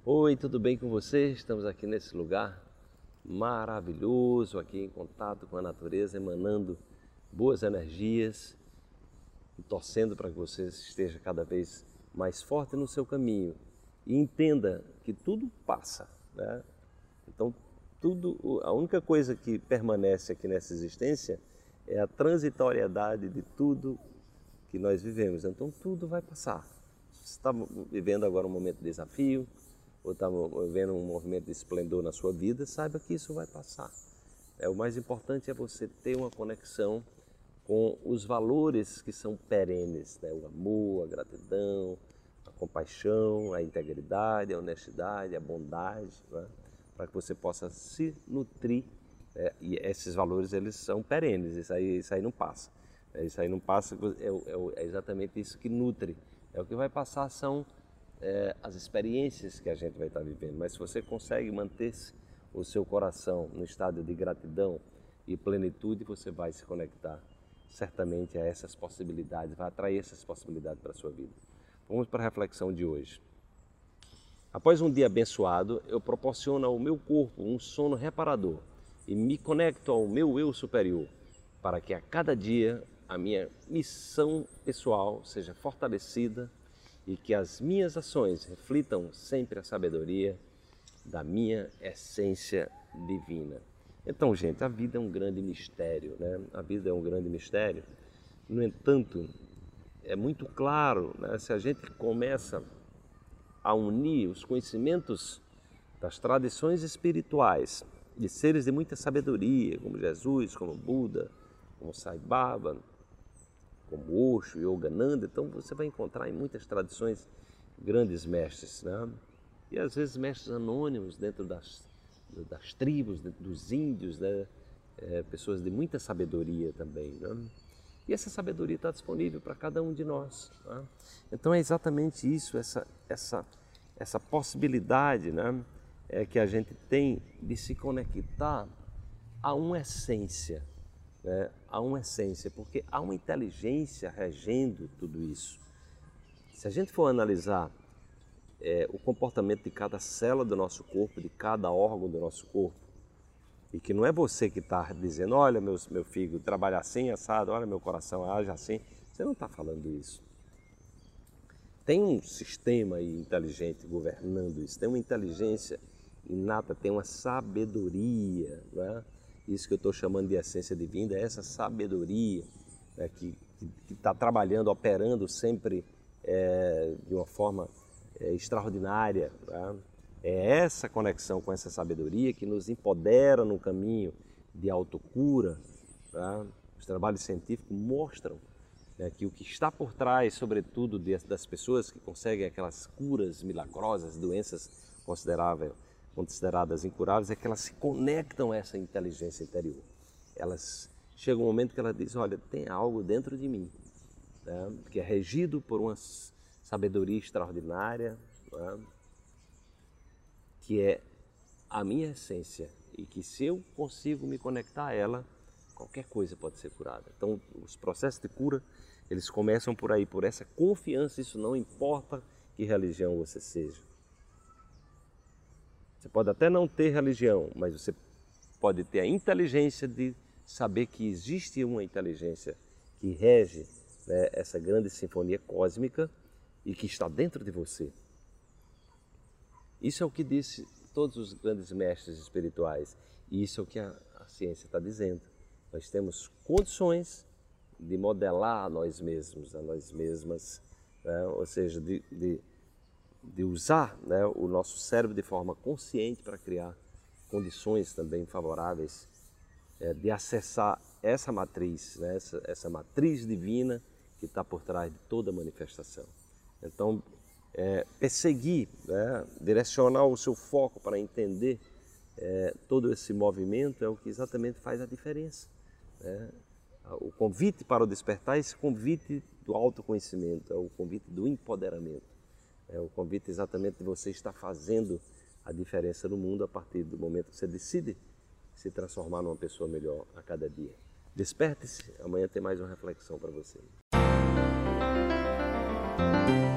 Oi, tudo bem com você? Estamos aqui nesse lugar maravilhoso, aqui em contato com a natureza, emanando boas energias e torcendo para que você esteja cada vez mais forte no seu caminho e entenda que tudo passa, né? Então, a única coisa que permanece aqui nessa existência é a transitoriedade de tudo que nós vivemos. Então, tudo vai passar. Você está vivendo agora um momento de desafio, ou está vivendo um movimento de esplendor na sua vida, saiba que isso vai passar. O mais importante é você ter uma conexão com os valores que são perenes, né? O amor, a gratidão, a compaixão, a integridade, a honestidade, a bondade, né? Para que você possa se nutrir, e esses valores eles são perenes, isso aí não passa. Isso aí não passa, é exatamente isso que nutre. O que vai passar são as experiências que a gente vai estar vivendo, mas se você consegue manter o seu coração no estado de gratidão e plenitude, você vai se conectar certamente a essas possibilidades, vai atrair essas possibilidades para a sua vida. Vamos para a reflexão de hoje. Após um dia abençoado, eu proporciono ao meu corpo um sono reparador e me conecto ao meu eu superior, para que a cada dia a minha missão pessoal seja fortalecida e que as minhas ações reflitam sempre a sabedoria da minha essência divina. Então, gente, a vida é um grande mistério, né? A vida é um grande mistério. No entanto, é muito claro, né? Se a gente começa a unir os conhecimentos das tradições espirituais de seres de muita sabedoria, como Jesus, como Buda, como Sai Baba, como Osho, Yogananda, então você vai encontrar em muitas tradições grandes mestres, né? E às vezes mestres anônimos dentro das tribos, dentro dos índios, né? Pessoas de muita sabedoria também, né? E essa sabedoria está disponível para cada um de nós, né? Então é exatamente isso, essa possibilidade, né? Que a gente tem de se conectar a uma essência, né? A uma essência, porque há uma inteligência regendo tudo isso. Se a gente for analisar o comportamento de cada célula do nosso corpo, de cada órgão do nosso corpo, e que não é você que está dizendo, olha meu fígado trabalha assim, assado, olha meu coração age assim, você não está falando isso. Tem um sistema aí inteligente governando isso, tem uma inteligência inata, tem uma sabedoria, né? Isso que eu estou chamando de essência divina, é essa sabedoria, né, que está trabalhando, operando sempre de uma forma extraordinária, né? É essa conexão com essa sabedoria que nos empodera no caminho de autocura, né? Os trabalhos científicos mostram, né, que o que está por trás, sobretudo das pessoas que conseguem aquelas curas milagrosas, doenças consideradas incuráveis, é que elas se conectam a essa inteligência interior. Chega um momento que ela diz, olha, tem algo dentro de mim, né, que é regido por uma sabedoria extraordinária, né, que é a minha essência e que se eu consigo me conectar a ela, qualquer coisa pode ser curada. Então, os processos de cura, eles começam por aí, por essa confiança, isso não importa que religião você seja. Você pode até não ter religião, mas você pode ter a inteligência de saber que existe uma inteligência que rege, né, essa grande sinfonia cósmica e que está dentro de você. Isso é o que disse todos os grandes mestres espirituais e isso é o que a ciência está dizendo. Nós temos condições de modelar a nós mesmos, a nós mesmas, né? Ou seja, de usar, né, o nosso cérebro de forma consciente para criar condições também favoráveis de acessar essa matriz, né, essa matriz divina que está por trás de toda manifestação. Então, perseguir, né, direcionar o seu foco para entender todo esse movimento é o que exatamente faz a diferença, né? O convite para o despertar é esse convite do autoconhecimento, é o convite do empoderamento, é o convite exatamente de você estar fazendo a diferença no mundo a partir do momento que você decide se transformar numa pessoa melhor a cada dia. Desperte-se, amanhã tem mais uma reflexão para você.